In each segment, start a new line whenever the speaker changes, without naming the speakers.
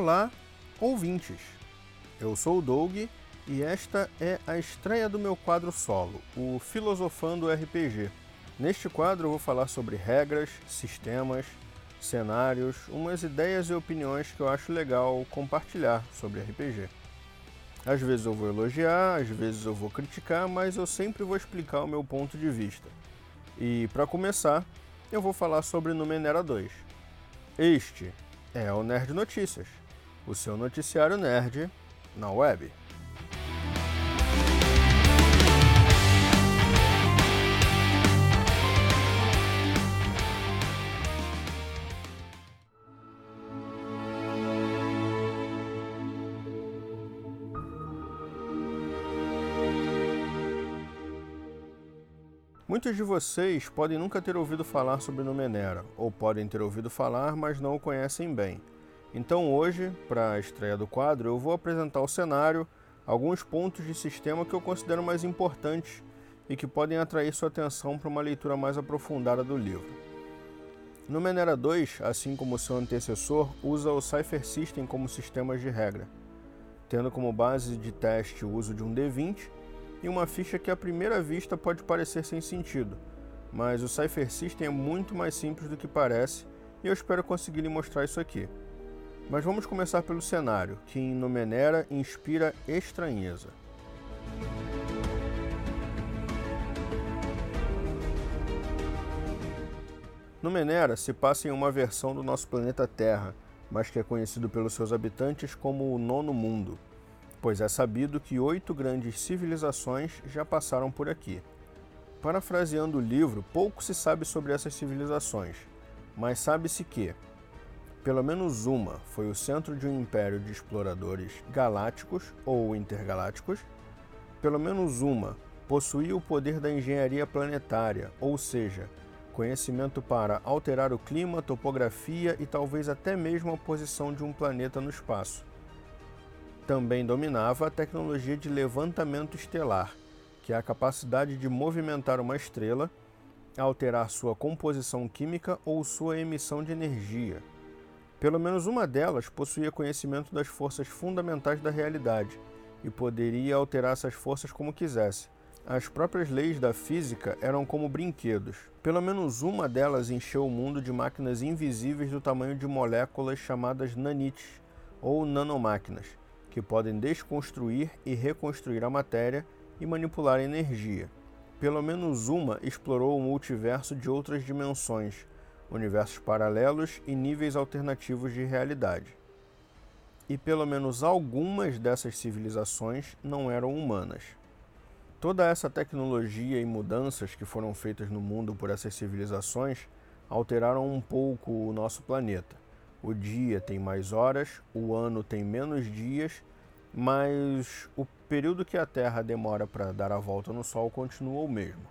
Olá, ouvintes! Eu sou o Doug e esta é a estreia do meu quadro solo, o Filosofando RPG. Neste quadro eu vou falar sobre regras, sistemas, cenários, umas ideias e opiniões que eu acho legal compartilhar sobre RPG. Às vezes eu vou elogiar, às vezes eu vou criticar, mas eu sempre vou explicar o meu ponto de vista. E para começar, eu vou falar sobre Numenera 2. Este é o Nerd Notícias, o seu noticiário nerd na web. Muitos de vocês podem nunca ter ouvido falar sobre Numenera, ou podem ter ouvido falar, mas não o conhecem bem. Então hoje, para a estreia do quadro, eu vou apresentar o cenário, alguns pontos de sistema que eu considero mais importantes e que podem atrair sua atenção para uma leitura mais aprofundada do livro. Numenera 2, assim como seu antecessor, usa o Cypher System como sistema de regra, tendo como base de teste o uso de um D20 e uma ficha que à primeira vista pode parecer sem sentido, mas o Cypher System é muito mais simples do que parece e eu espero conseguir lhe mostrar isso aqui. Mas vamos começar pelo cenário, que em Numenera inspira estranheza. Numenera se passa em uma versão do nosso planeta Terra, mas que é conhecido pelos seus habitantes como o Nono Mundo, pois é sabido que 8 grandes civilizações já passaram por aqui. Parafraseando o livro, pouco se sabe sobre essas civilizações, mas sabe-se que pelo menos uma foi o centro de um império de exploradores galácticos ou intergalácticos, pelo menos uma possuía o poder da engenharia planetária, ou seja, conhecimento para alterar o clima, topografia e talvez até mesmo a posição de um planeta no espaço. Também dominava a tecnologia de levantamento estelar, que é a capacidade de movimentar uma estrela, alterar sua composição química ou sua emissão de energia. Pelo menos uma delas possuía conhecimento das forças fundamentais da realidade e poderia alterar essas forças como quisesse. As próprias leis da física eram como brinquedos. Pelo menos uma delas encheu o mundo de máquinas invisíveis do tamanho de moléculas chamadas nanites ou nanomáquinas, que podem desconstruir e reconstruir a matéria e manipular a energia. Pelo menos uma explorou o multiverso de outras dimensões, universos paralelos e níveis alternativos de realidade. E pelo menos algumas dessas civilizações não eram humanas. Toda essa tecnologia e mudanças que foram feitas no mundo por essas civilizações alteraram um pouco o nosso planeta. O dia tem mais horas, o ano tem menos dias, mas o período que a Terra demora para dar a volta no Sol continua o mesmo.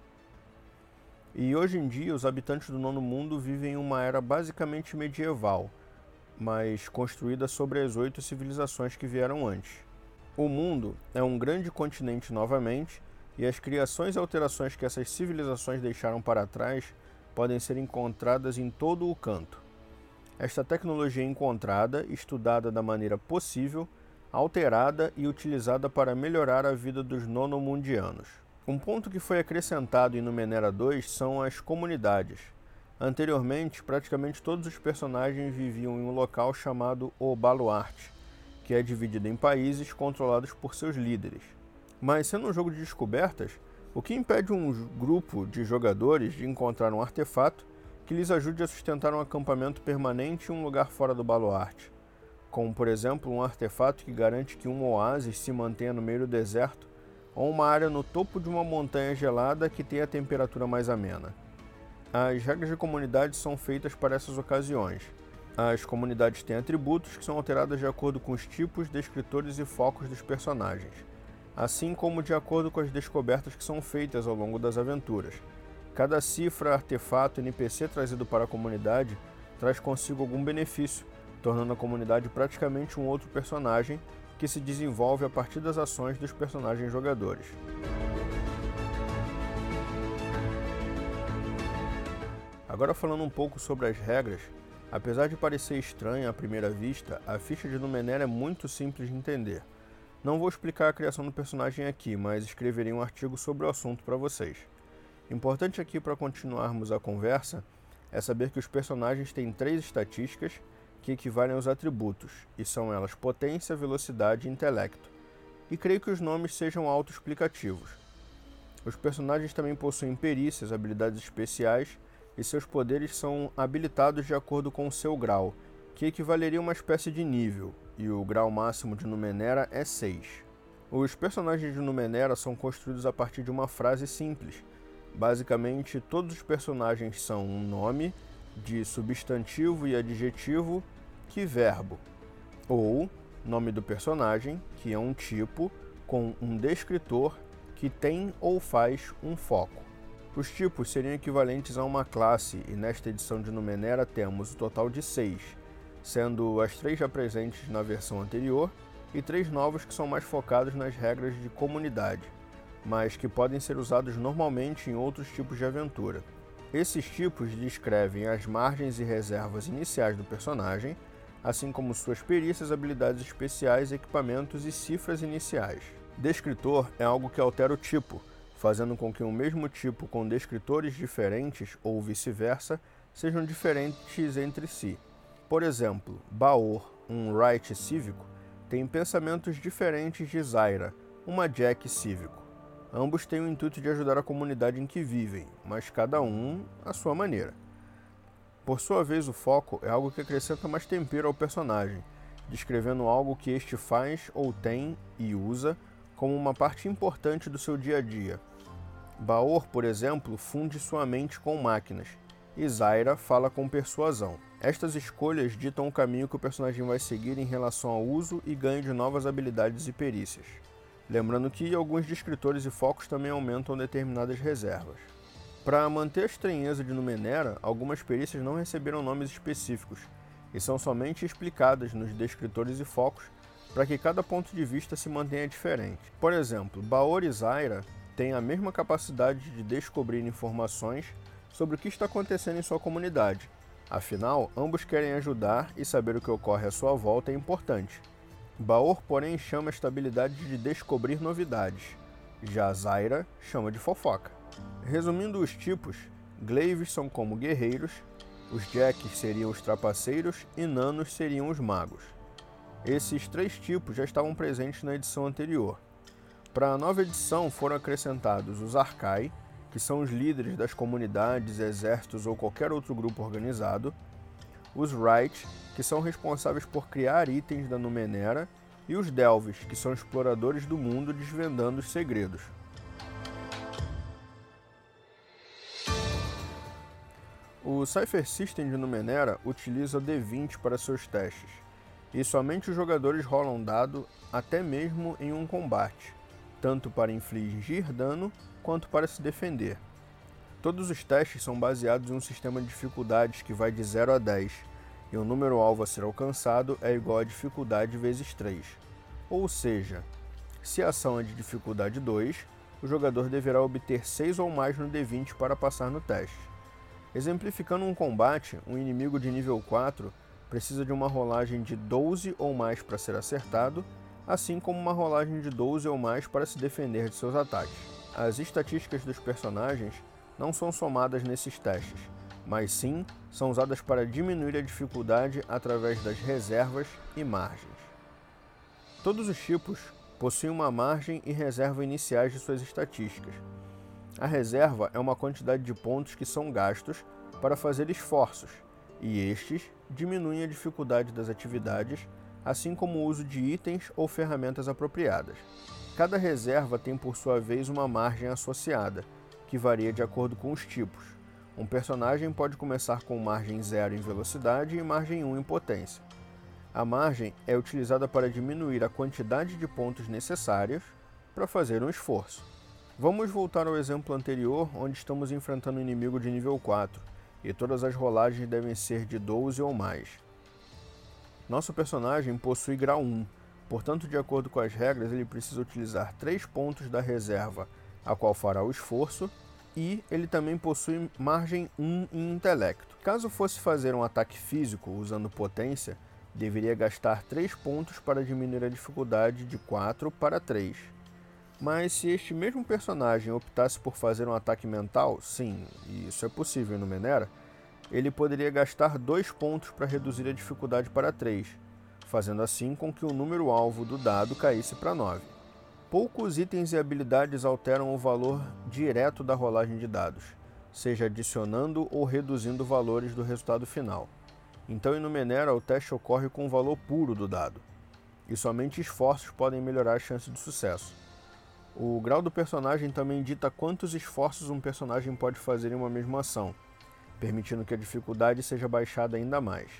E hoje em dia os habitantes do Nono Mundo vivem em uma era basicamente medieval, mas construída sobre as 8 civilizações que vieram antes. O mundo é um grande continente novamente, e as criações e alterações que essas civilizações deixaram para trás podem ser encontradas em todo o canto. Esta tecnologia é encontrada, estudada da maneira possível, alterada e utilizada para melhorar a vida dos nonomundianos. Um ponto que foi acrescentado em Numenera 2 são as comunidades. Anteriormente, praticamente todos os personagens viviam em um local chamado o Baluarte, que é dividido em países controlados por seus líderes. Mas sendo um jogo de descobertas, o que impede um grupo de jogadores de encontrar um artefato que lhes ajude a sustentar um acampamento permanente em um lugar fora do Baluarte, como por exemplo um artefato que garante que um oásis se mantenha no meio do deserto ou uma área no topo de uma montanha gelada que tenha a temperatura mais amena. As regras de comunidade são feitas para essas ocasiões. As comunidades têm atributos que são alterados de acordo com os tipos, descritores e focos dos personagens, assim como de acordo com as descobertas que são feitas ao longo das aventuras. Cada cifra, artefato e NPC trazido para a comunidade traz consigo algum benefício, tornando a comunidade praticamente um outro personagem que se desenvolve a partir das ações dos personagens jogadores. Agora falando um pouco sobre as regras, Apesar de parecer estranha à primeira vista, a ficha de Númenera é muito simples de entender. Não vou explicar a criação do personagem aqui, mas escreverei um artigo sobre o assunto para vocês. Importante aqui para continuarmos a conversa é saber que os personagens têm 3 estatísticas que equivalem aos atributos, e são elas potência, velocidade e intelecto. E creio que os nomes sejam autoexplicativos. Os personagens também possuem perícias, habilidades especiais, e seus poderes são habilitados de acordo com o seu grau, que equivaleria a uma espécie de nível, e o grau máximo de Númenera é 6. Os personagens de Númenera são construídos a partir de uma frase simples. Basicamente, todos os personagens são um nome, de substantivo e adjetivo, que verbo, ou nome do personagem, que é um tipo, com um descritor que tem ou faz um foco. Os tipos seriam equivalentes a uma classe, e nesta edição de Númenera temos o total de 6, sendo as 3 já presentes na versão anterior e 3 novos que são mais focados nas regras de comunidade, mas que podem ser usados normalmente em outros tipos de aventura. Esses tipos descrevem as margens e reservas iniciais do personagem, assim como suas perícias, habilidades especiais, equipamentos e cifras iniciais. Descritor é algo que altera o tipo, fazendo com que o mesmo tipo com descritores diferentes, ou vice-versa, sejam diferentes entre si. Por exemplo, Baor, um Wright cívico, tem pensamentos diferentes de Zaira, uma Jack cívico. Ambos têm o intuito de ajudar a comunidade em que vivem, mas cada um à sua maneira. Por sua vez, o foco é algo que acrescenta mais tempero ao personagem, descrevendo algo que este faz ou tem e usa como uma parte importante do seu dia a dia. Baor, por exemplo, funde sua mente com máquinas, e Zaira fala com persuasão. Estas escolhas ditam o caminho que o personagem vai seguir em relação ao uso e ganho de novas habilidades e perícias. Lembrando que alguns descritores e focos também aumentam determinadas reservas. Para manter a estranheza de Númenera, algumas perícias não receberam nomes específicos, e são somente explicadas nos descritores e focos para que cada ponto de vista se mantenha diferente. Por exemplo, Baor e Zaira têm a mesma capacidade de descobrir informações sobre o que está acontecendo em sua comunidade. Afinal, ambos querem ajudar e saber o que ocorre à sua volta é importante. Baor, porém, chama esta habilidade de descobrir novidades. Já Zaira chama de fofoca. Resumindo os tipos, Glaives são como guerreiros, os Jacks seriam os trapaceiros e Nanos seriam os magos. Esses 3 tipos já estavam presentes na edição anterior. Para a nova edição foram acrescentados os Arcai, que são os líderes das comunidades, exércitos ou qualquer outro grupo organizado, os Wright, que são responsáveis por criar itens da Númenera, e os Delves, que são exploradores do mundo desvendando os segredos. O Cypher System de Númenera utiliza o D20 para seus testes, e somente os jogadores rolam dado até mesmo em um combate, tanto para infligir dano quanto para se defender. Todos os testes são baseados em um sistema de dificuldades que vai de 0 a 10, e o número alvo a ser alcançado é igual a dificuldade vezes 3. Ou seja, se a ação é de dificuldade 2, o jogador deverá obter 6 ou mais no D20 para passar no teste. Exemplificando um combate, um inimigo de nível 4 precisa de uma rolagem de 12 ou mais para ser acertado, assim como uma rolagem de 12 ou mais para se defender de seus ataques. As estatísticas dos personagens não são somadas nesses testes, mas sim são usadas para diminuir a dificuldade através das reservas e margens. Todos os tipos possuem uma margem e reserva iniciais de suas estatísticas. A reserva é uma quantidade de pontos que são gastos para fazer esforços, e estes diminuem a dificuldade das atividades, assim como o uso de itens ou ferramentas apropriadas. Cada reserva tem por sua vez uma margem associada, que varia de acordo com os tipos. Um personagem pode começar com margem 0 em velocidade e margem 1 em potência. A margem é utilizada para diminuir a quantidade de pontos necessários para fazer um esforço. Vamos voltar ao exemplo anterior, onde estamos enfrentando um inimigo de nível 4, e todas as rolagens devem ser de 12 ou mais. Nosso personagem possui grau 1, portanto, de acordo com as regras, ele precisa utilizar 3 pontos da reserva, a qual fará o esforço, e ele também possui margem 1 em intelecto. Caso fosse fazer um ataque físico usando potência, deveria gastar 3 pontos para diminuir a dificuldade de 4 para 3. Mas se este mesmo personagem optasse por fazer um ataque mental, sim, e isso é possível no Numenera, ele poderia gastar 2 pontos para reduzir a dificuldade para 3, fazendo assim com que o número alvo do dado caísse para 9. Poucos itens e habilidades alteram o valor direto da rolagem de dados, seja adicionando ou reduzindo valores do resultado final. Então em Numenera o teste ocorre com o valor puro do dado, e somente esforços podem melhorar a chance de sucesso. O grau do personagem também dita quantos esforços um personagem pode fazer em uma mesma ação, permitindo que a dificuldade seja baixada ainda mais.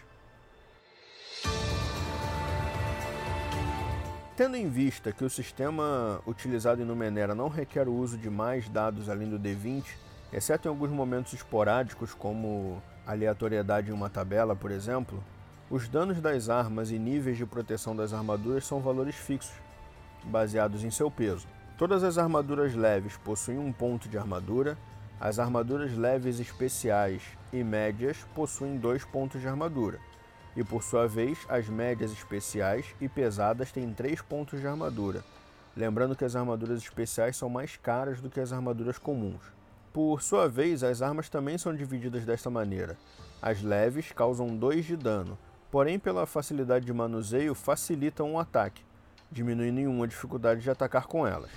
Tendo em vista que o sistema utilizado em Numenera não requer o uso de mais dados além do D20, exceto em alguns momentos esporádicos, como aleatoriedade em uma tabela, por exemplo, os danos das armas e níveis de proteção das armaduras são valores fixos, baseados em seu peso. Todas as armaduras leves possuem 1 ponto de armadura, as armaduras leves especiais e médias possuem 2 pontos de armadura, e por sua vez as médias especiais e pesadas têm 3 pontos de armadura, lembrando que as armaduras especiais são mais caras do que as armaduras comuns. Por sua vez, as armas também são divididas desta maneira. As leves causam 2 de dano, porém pela facilidade de manuseio facilitam o ataque, diminuindo em 1 a dificuldade de atacar com elas.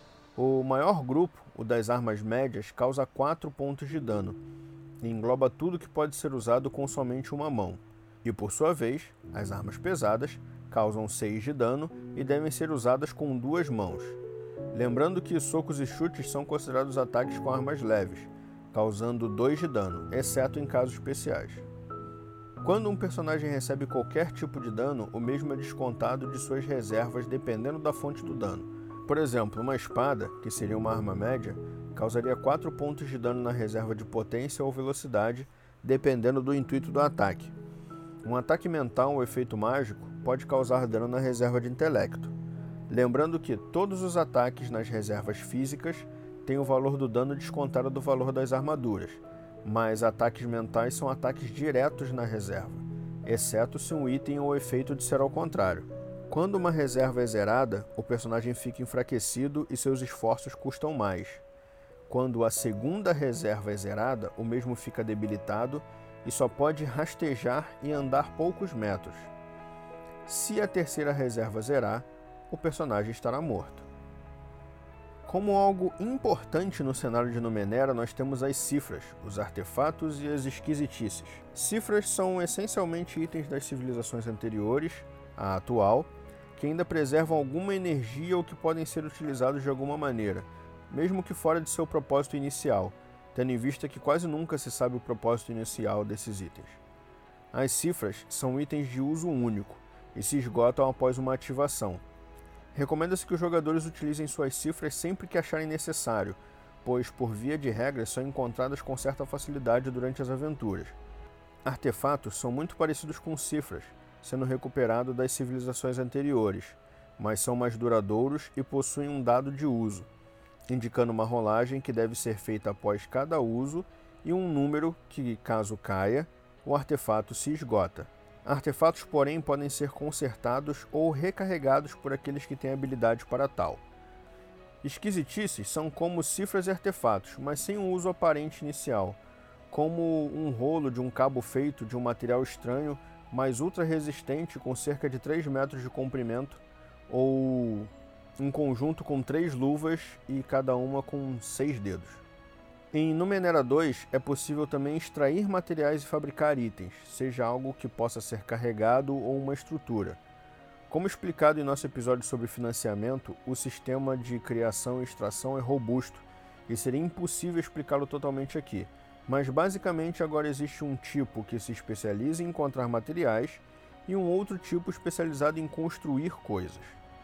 O maior grupo, o das armas médias, causa 4 pontos de dano, e engloba tudo que pode ser usado com somente uma mão. E por sua vez, as armas pesadas causam 6 de dano e devem ser usadas com 2 mãos. Lembrando que socos e chutes são considerados ataques com armas leves, causando 2 de dano, exceto em casos especiais. Quando um personagem recebe qualquer tipo de dano, o mesmo é descontado de suas reservas dependendo da fonte do dano. Por exemplo, uma espada, que seria uma arma média, causaria 4 pontos de dano na reserva de potência ou velocidade, dependendo do intuito do ataque. Um ataque mental ou efeito mágico pode causar dano na reserva de intelecto. Lembrando que todos os ataques nas reservas físicas têm o valor do dano descontado do valor das armaduras, mas ataques mentais são ataques diretos na reserva, exceto se um item ou efeito disser ao contrário. Quando uma reserva é zerada, o personagem fica enfraquecido e seus esforços custam mais. Quando a segunda reserva é zerada, o mesmo fica debilitado e só pode rastejar e andar poucos metros. Se a terceira reserva zerar, o personagem estará morto. Como algo importante no cenário de Numenera, nós temos as cifras, os artefatos e as esquisitices. Cifras são essencialmente itens das civilizações anteriores à atual, que ainda preservam alguma energia ou que podem ser utilizados de alguma maneira, mesmo que fora de seu propósito inicial, tendo em vista que quase nunca se sabe o propósito inicial desses itens. As cifras são itens de uso único e se esgotam após uma ativação. Recomenda-se que os jogadores utilizem suas cifras sempre que acharem necessário, pois, por via de regra, são encontradas com certa facilidade durante as aventuras. Artefatos são muito parecidos com cifras, sendo recuperado das civilizações anteriores, mas são mais duradouros e possuem um dado de uso, indicando uma rolagem que deve ser feita após cada uso e um número que, caso caia, o artefato se esgota. Artefatos, porém, podem ser consertados ou recarregados por aqueles que têm habilidade para tal. Esquisitices são como cifras e artefatos, mas sem um uso aparente inicial, como um rolo de um cabo feito de um material estranho, mas ultra resistente com cerca de 3 metros de comprimento, ou um conjunto com 3 luvas e cada uma com 6 dedos. Em Numenera 2 é possível também extrair materiais e fabricar itens, seja algo que possa ser carregado ou uma estrutura. Como explicado em nosso episódio sobre financiamento, o sistema de criação e extração é robusto e seria impossível explicá-lo totalmente aqui. Mas basicamente agora existe um tipo que se especializa em encontrar materiais e um outro tipo especializado em construir coisas.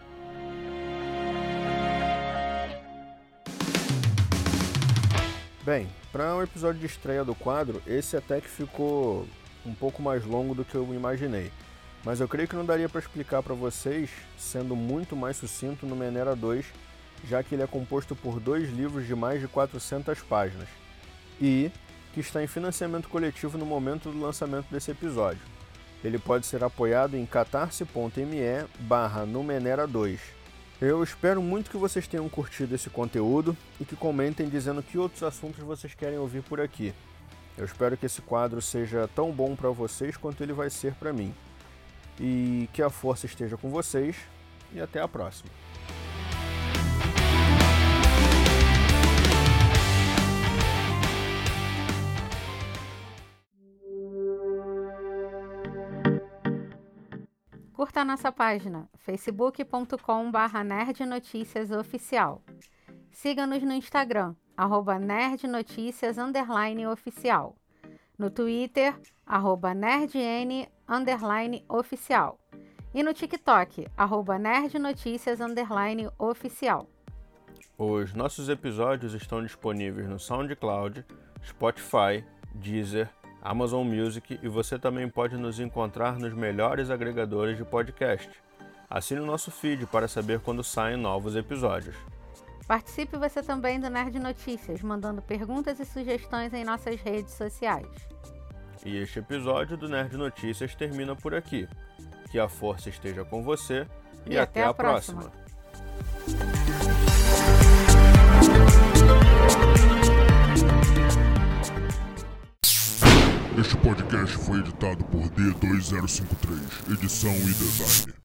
Bem, para um episódio de estreia do quadro, esse até que ficou um pouco mais longo do que eu imaginei. Mas eu creio que não daria para explicar para vocês, sendo muito mais sucinto no Numenera 2, já que ele é composto por 2 livros de mais de 400 páginas. E que está em financiamento coletivo no momento do lançamento desse episódio. Ele pode ser apoiado em catarse.me/Numenera2. Eu espero muito que vocês tenham curtido esse conteúdo e que comentem dizendo que outros assuntos vocês querem ouvir por aqui. Eu espero que esse quadro seja tão bom para vocês quanto ele vai ser para mim. E que a força esteja com vocês e até a próxima.
Curta a nossa página facebook.com/nerdnoticiasoficial. Siga-nos no Instagram, @nerdnoticias_oficial. No Twitter, @nerdn_oficial. E no TikTok, @nerdnoticias_oficial.
Os nossos episódios estão disponíveis no SoundCloud, Spotify, Deezer, Amazon Music e você também pode nos encontrar nos melhores agregadores de podcast. Assine o nosso feed para saber quando saem novos episódios.
Participe você também do Nerd Notícias, mandando perguntas e sugestões em nossas redes sociais.
E este episódio do Nerd Notícias termina por aqui. Que a força esteja com você e até a próxima.
Este podcast foi editado por D2053, edição e design.